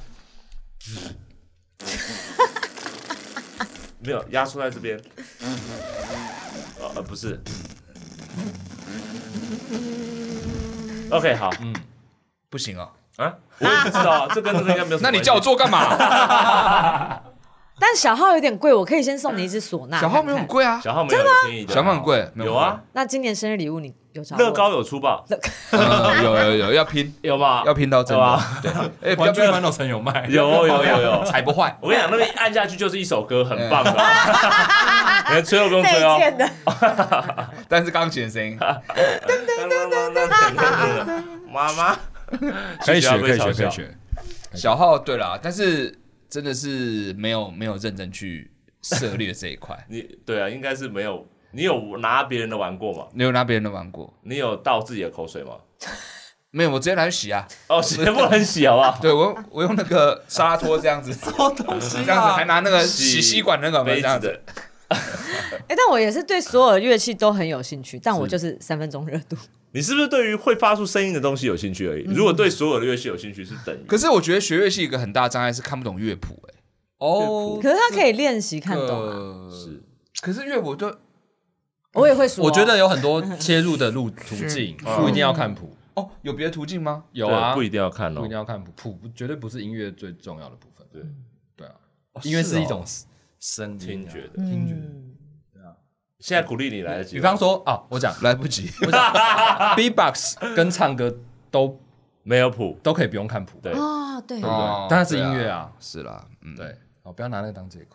没有压缩在这边，呃不是 ，OK 好，嗯， 不行哦， 啊，我也不知道，这跟这个应该没有。 那你叫我做干嘛？ 但小号有点贵，我可以先送你一支唢呐。 小号没有很贵啊， 小号没有便宜的， 小号很贵， 有啊。 那今年生日礼物你有找？ 乐高有出吧？ 有有有要拼， 有吗？ 要拼到真的。对， 哎，玩具反斗城有卖， 有有有有， 才不坏。 我跟你讲，那个按下去就是一首歌，很棒的。你看吹都不用吹哦。 但是钢琴的声音。 妈妈， 可以学可以学可以学。 小号对啦，但是。真的是没有没有认真去涉猎这一块。 你对啊，应该是没有。你有拿别人的玩过吗？ 你有拿别人的玩过？ 你有倒自己的口水吗？ 没有，我直接拿去洗啊。 哦，洗不能洗好不好？ 对我，我用那个沙拉托这样子， 什么东西啊？ 这样子还拿那个洗吸管那个杯子的。 哎、欸，但我也是对所有的乐器都很有兴趣，但我就是三分钟热度。 你是不是对于会发出声音的东西有兴趣而已？嗯、如果对所有的乐器有兴趣，是等于。 可是我觉得学乐器一个很大障碍是看不懂乐谱，哎。 哦。可是他可以练习看懂啊。 呃、是。可是乐谱就， 我也会说、啊。 我觉得有很多切入的路途径，不一定要看谱。 哦，有别的途径吗？ 有啊， 不一定要看哦， 不一定要看谱，谱绝对不是音乐最重要的部分。 对， 对啊，音乐是一种声听觉的， 听觉。 现在鼓励你来得及。 比方说啊，我讲来不及， 我讲 B-box 跟唱歌都没有谱， 都可以不用看谱。 对啊，对， 对不对？但是音乐啊， 是啦， 嗯，对，哦，不要拿那个当借口。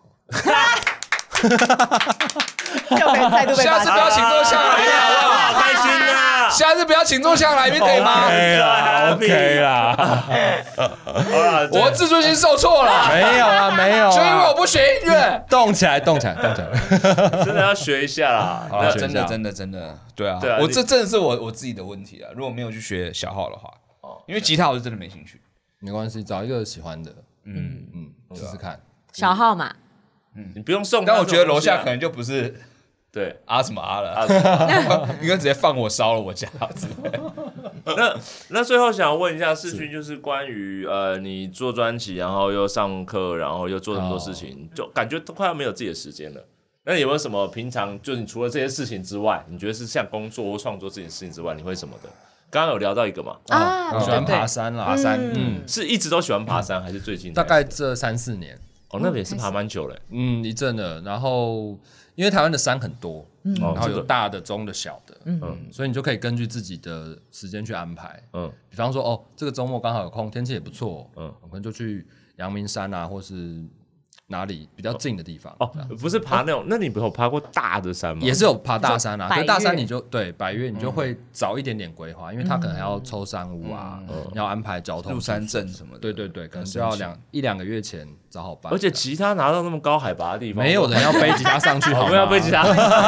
又可以再度被下次不要请坐下来宾，好不好？ 开心啊！ 下次不要请坐下来宾，可以吗 ？OK 啦 ，OK 啦。 好了，我自尊心受挫了。 没有啊，没有。 就因为我不学音乐， 动起来，动起来，动起来。 真的要学一下啦。 啊，真的，真的，真的，对啊。我这真的是我我自己的问题啊。如果没有去学小号的话，因为吉他我是真的没兴趣。 没关系，找一个喜欢的，嗯嗯，试试看。 小号嘛。 嗯，你不用送， 但我觉得楼下可能就不是对啊什么啊了，应该直接放火烧了我家。 那那最后想问一下世勋，就是关于呃你做专辑，然后又上课，然后又做这么多事情，就感觉都快要没有自己的时间了。那有没有什么平常就是你除了这些事情之外，你觉得是像工作或创作这件事情之外，你会什么的？刚刚有聊到一个嘛， 啊， 喜欢爬山啦， 爬山， 嗯， 是一直都喜欢爬山，还是最近？ 大概这三四年。 哦，那个也是爬蛮久了， 嗯，一阵了。然后因为台湾的山很多，嗯，然后有大的、中的、小的，嗯，所以你就可以根据自己的时间去安排，嗯，比方说，哦，这个周末刚好有空，天气也不错，嗯，我们就去阳明山啊，或是哪里比较近的地方。 哦，不是爬那种，那你有爬过大的山吗？ 也是有爬大山啊，可是大山你就对百岳你就会早一点点规划，因为它可能还要抽山屋啊，要安排交通、 入山证什么的。 对对对，可能就要两一两个月前找好办。 而且吉他拿到那么高海拔的地方， 没有人要背吉他上去， 我们要背吉他，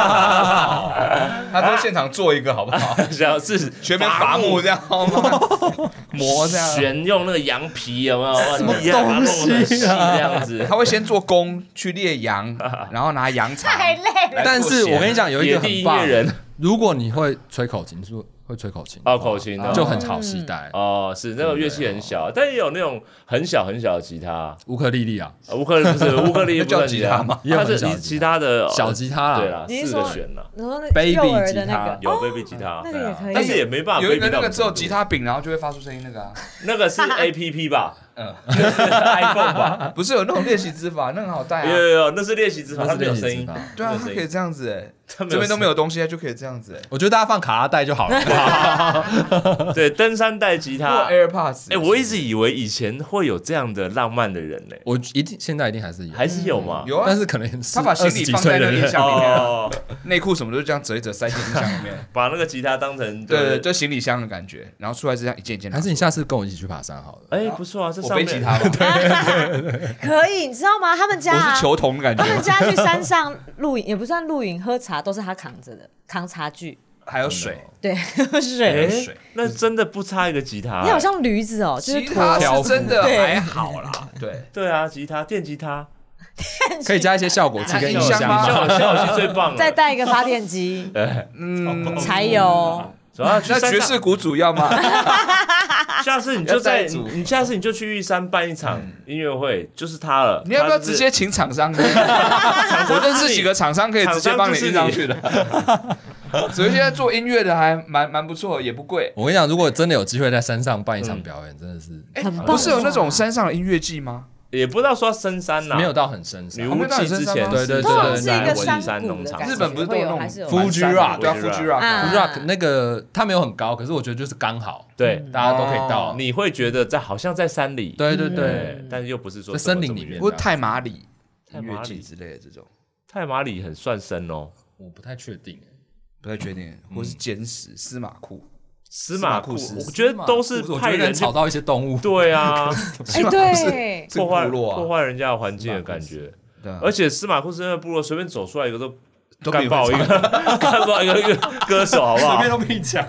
他在现场做一个好不好？ 想是全面伐木这样好吗？磨这样， 旋用那个羊皮有没有？ 什么东西啊？这样子， 他会先做工去猎羊，然后拿羊肠。 太累了。 但是我跟你讲，有一个很棒人， 如果你会吹口琴，是不是会吹口琴？ 哦，口琴就很好携带。 哦，是那个乐器很小，但也有那种很小很小的吉他， 乌克丽丽啊， 乌克丽不是乌克丽丽叫吉他吗？ 它是吉他的小吉他啦， 对啦，四个弦啦。 你说那 baby 吉他有 baby 吉他， 那个也可以， 但是也没办法。 有一个那个只有吉他柄，然后就会发出声音那个啊， 那个是 A P P 吧？嗯，就是 iPhone 吧？ 不是有那种练习指法，那很好带啊。 有有有，那是练习指法，它没有声音。 对啊，它可以这样子哎，这边都没有东西，它就可以这样子哎。 我觉得大家放卡拉带就好了。 对，登山带吉他 ，AirPods。 哎，我一直以为以前会有这样的浪漫的人呢。 我一定现在一定还是有， 还是有嘛？ 有啊， 但是可能他把行李放在那个音箱里面，内裤什么都这样折一折塞进音箱里面， 把那个吉他当成对对，就行李箱的感觉，然后出来这样一件一件。 还是你下次跟我一起去爬山好了？ 哎，不错啊，这我背吉他吧。 可以，你知道吗？他们家、啊、 我是球童的感觉。 他们家去山上露营，也不算露营，喝茶都是他扛着的，扛茶具， 还有水， 对，水， 欸、水，那真的不差一个吉他、欸。 你好像驴子哦，就是吉他是真的还好啦，对对啊，吉他电吉他， 可以加一些效果器跟音箱吗？ 效效果器最棒了， 再带一个发电机，嗯，柴油。 那爵士鼓主要吗？ 下次你就在你下次你就去玉山办一场音乐会，就是他了。 你要不要直接请厂商？我认识几个厂商可以直接帮你印上去的。所以现在做音乐的还蛮蛮不错，也不贵。 我跟你讲，如果真的有机会在山上办一场表演，真的是很棒。 不是有那种山上的音乐季吗？ 也不知道说深山呐， 没有到很深山。 女巫季之前， 对对对对，是一个山山农场。 日本不是都有那种 Fuji Rock， 对啊 Fuji Rock，Fuji Rock 那个它没有很高，可是我觉得就是刚好， 对， 大家都可以到。 你会觉得在好像在山里， 对对对， 但是又不是说在森林里面。 不过太马里音乐季之类的这种， 太马里很算深哦， 我不太确定， 不太确定，或是坚石、司马库。 司马库，我觉得都是派人吵到一些动物。 对啊， 哎对， 破坏破坏人家的环境的感觉。而且司马库是那个部落，随便走出来一个都干爆一个，干爆一个一个歌手，好不好？ 随便都可以讲。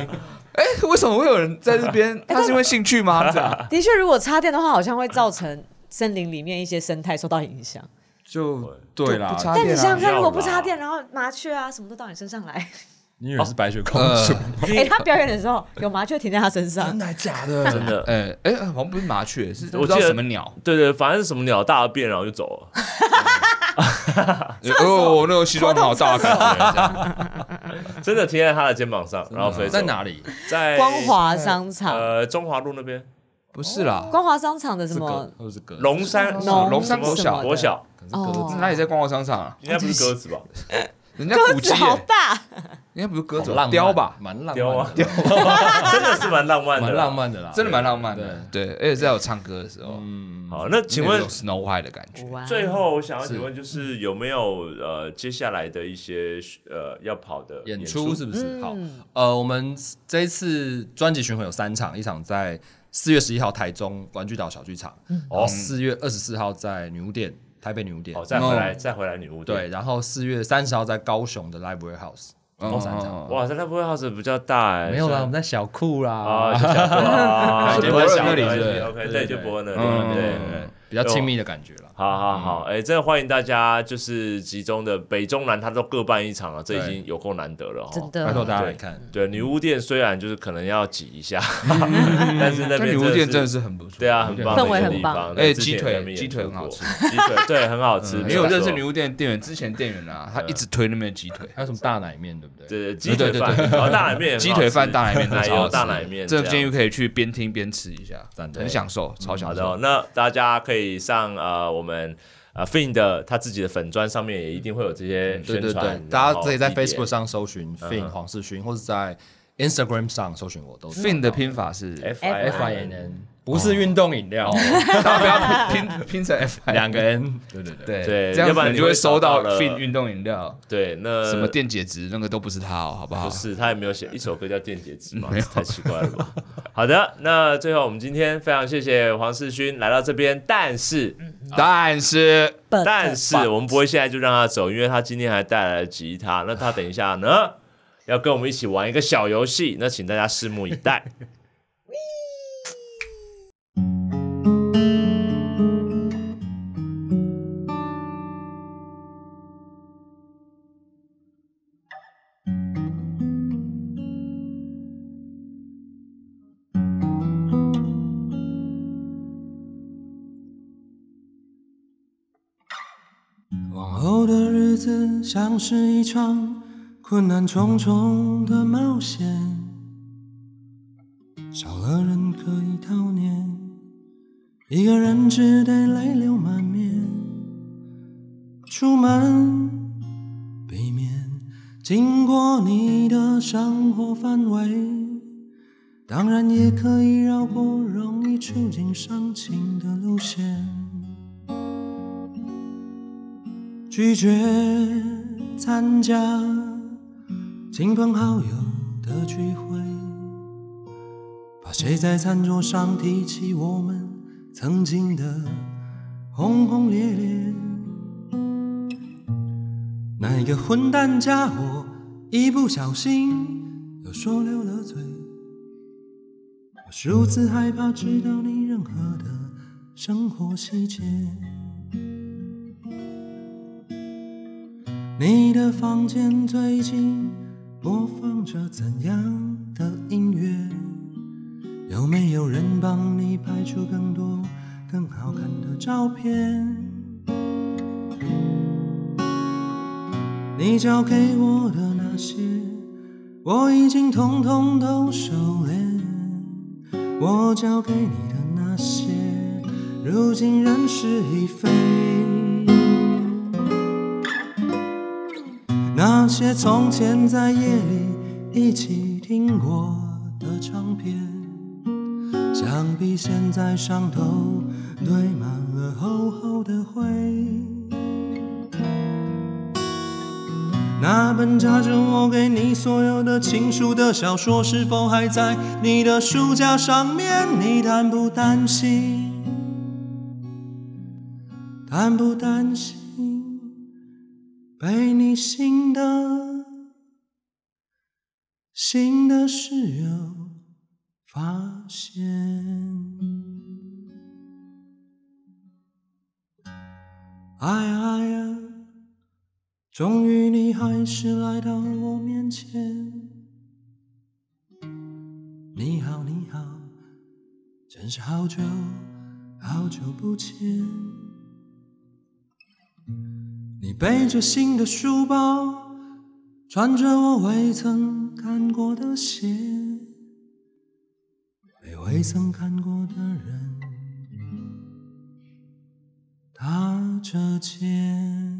哎，为什么会有人在这边？他是因为兴趣吗？ 的确，如果插电的话，好像会造成森林里面一些生态受到影响。 就对啦， 但你想想看，如果不插电，然后麻雀啊什么都到你身上来， 你以为是白雪公主？ 哎，他表演的时候有麻雀停在他身上， 真的假的？ 真的。 哎哎，好像不是麻雀，是我知道什么鸟。 对对，反正是什么鸟大便，然后就走了。 哦，那个西装好大感觉， 真的贴在他的肩膀上，然后飞走。 在哪里？ 在光华商场， 呃，中华路那边。 不是啦， 光华商场的什么？ 龙山龙山国小国小， 哦，哪里在光华商场啊？ 应该不是鸽子吧？ 人家鸽子好大， 应该不是鸽子， 雕吧？ 蛮浪漫， 雕啊，真的是蛮浪漫的， 蛮浪漫的啦， 真的蛮浪漫的。对，而且在有唱歌的时候， 嗯，好，那请问 Snow White 的感觉。 最后我想要请问，就是有没有呃接下来的一些呃要跑的演出是不是？好，呃，我们这一次专辑巡回有三场，一场在四月十一号台中玩具岛小剧场，然后四月二十四号在女巫店，台北女巫店， 哦，再回来再回来女巫店， 对，然后四月三十号在高雄的 Live Warehouse，哦，三场， 哇，在 Live Warehouse 比较大哎， 没有啦，我们在小库啦， 啊，小库啊， 就伯恩那里是 ，OK，对，就伯恩那里，对， 比较亲密的感觉了。 好好好，哎，真的欢迎大家，就是集中的北中南，他都各办一场了，这已经有够难得了哈， 真的， 拜托大家来看。 对，女巫店虽然就是可能要挤一下，但是那边女巫店真的是很不错， 对啊，很棒， 氛围很棒， 哎，鸡腿鸡腿很好吃， 鸡腿对很好吃。 因为我认识女巫店店员，之前店员啊，他一直推那边的鸡腿， 还有什么大奶面，对不对？ 对，鸡腿饭，然后大奶面， 鸡腿饭、大奶面都超好吃， 大奶面， 这个建议可以去边听边吃一下，很享受，超享受。 好的，那大家可以上呃我们。啊 ，Fin 的他自己的粉专上面也一定会有这些宣传， 对对对，大家可以在 Facebook 上搜寻 Fin 黄世勋，或者在 Instagram 上搜寻我都。 Fin 的拼法是 F I N N， 不是运动饮料， 大家不要拼拼成 F I N， 两个 N。对对对对， 这样子你就会收到 Fin 运动饮料。 对，那什么电解质那个都不是他哦，好不好？ 不是，他也没有写一首歌叫电解质嘛，太奇怪了吧？好的，那最后我们今天非常谢谢黄世勋来到这边，但是， 但是， 但是我们不会现在就让他走，因为他今天还带来了吉他，那他等一下呢要跟我们一起玩一个小游戏，那请大家拭目以待。 往后的日子像是一场困难重重的冒险，少了人可以悼念，一个人只得泪流满面。出门避免经过你的生活范围，当然也可以绕过容易触景伤情的路线。拒绝参加亲朋好友的聚会，怕谁在餐桌上提起我们曾经的轰轰烈烈。那一个混蛋家伙一不小心又说溜了嘴，我是如此害怕知道你任何的生活细节。你的房间最近播放着怎样的音乐？有没有人帮你拍出更多更好看的照片？你交给我的那些，我已经统统都收敛。我交给你的那些，如今人事已非。那些从前在夜里一起听过的唱片，想必现在上头堆满了厚厚的灰。那本夹着我给你所有的情书的小说，是否还在你的书架上面？你担不担心？担不担心被你新的新的室友发现。哎呀哎呀，终于你还是来到我面前。你好你好，真是好久好久不见。你背着新的书包，穿着我未曾看过的鞋，被未曾看过的人踏着肩。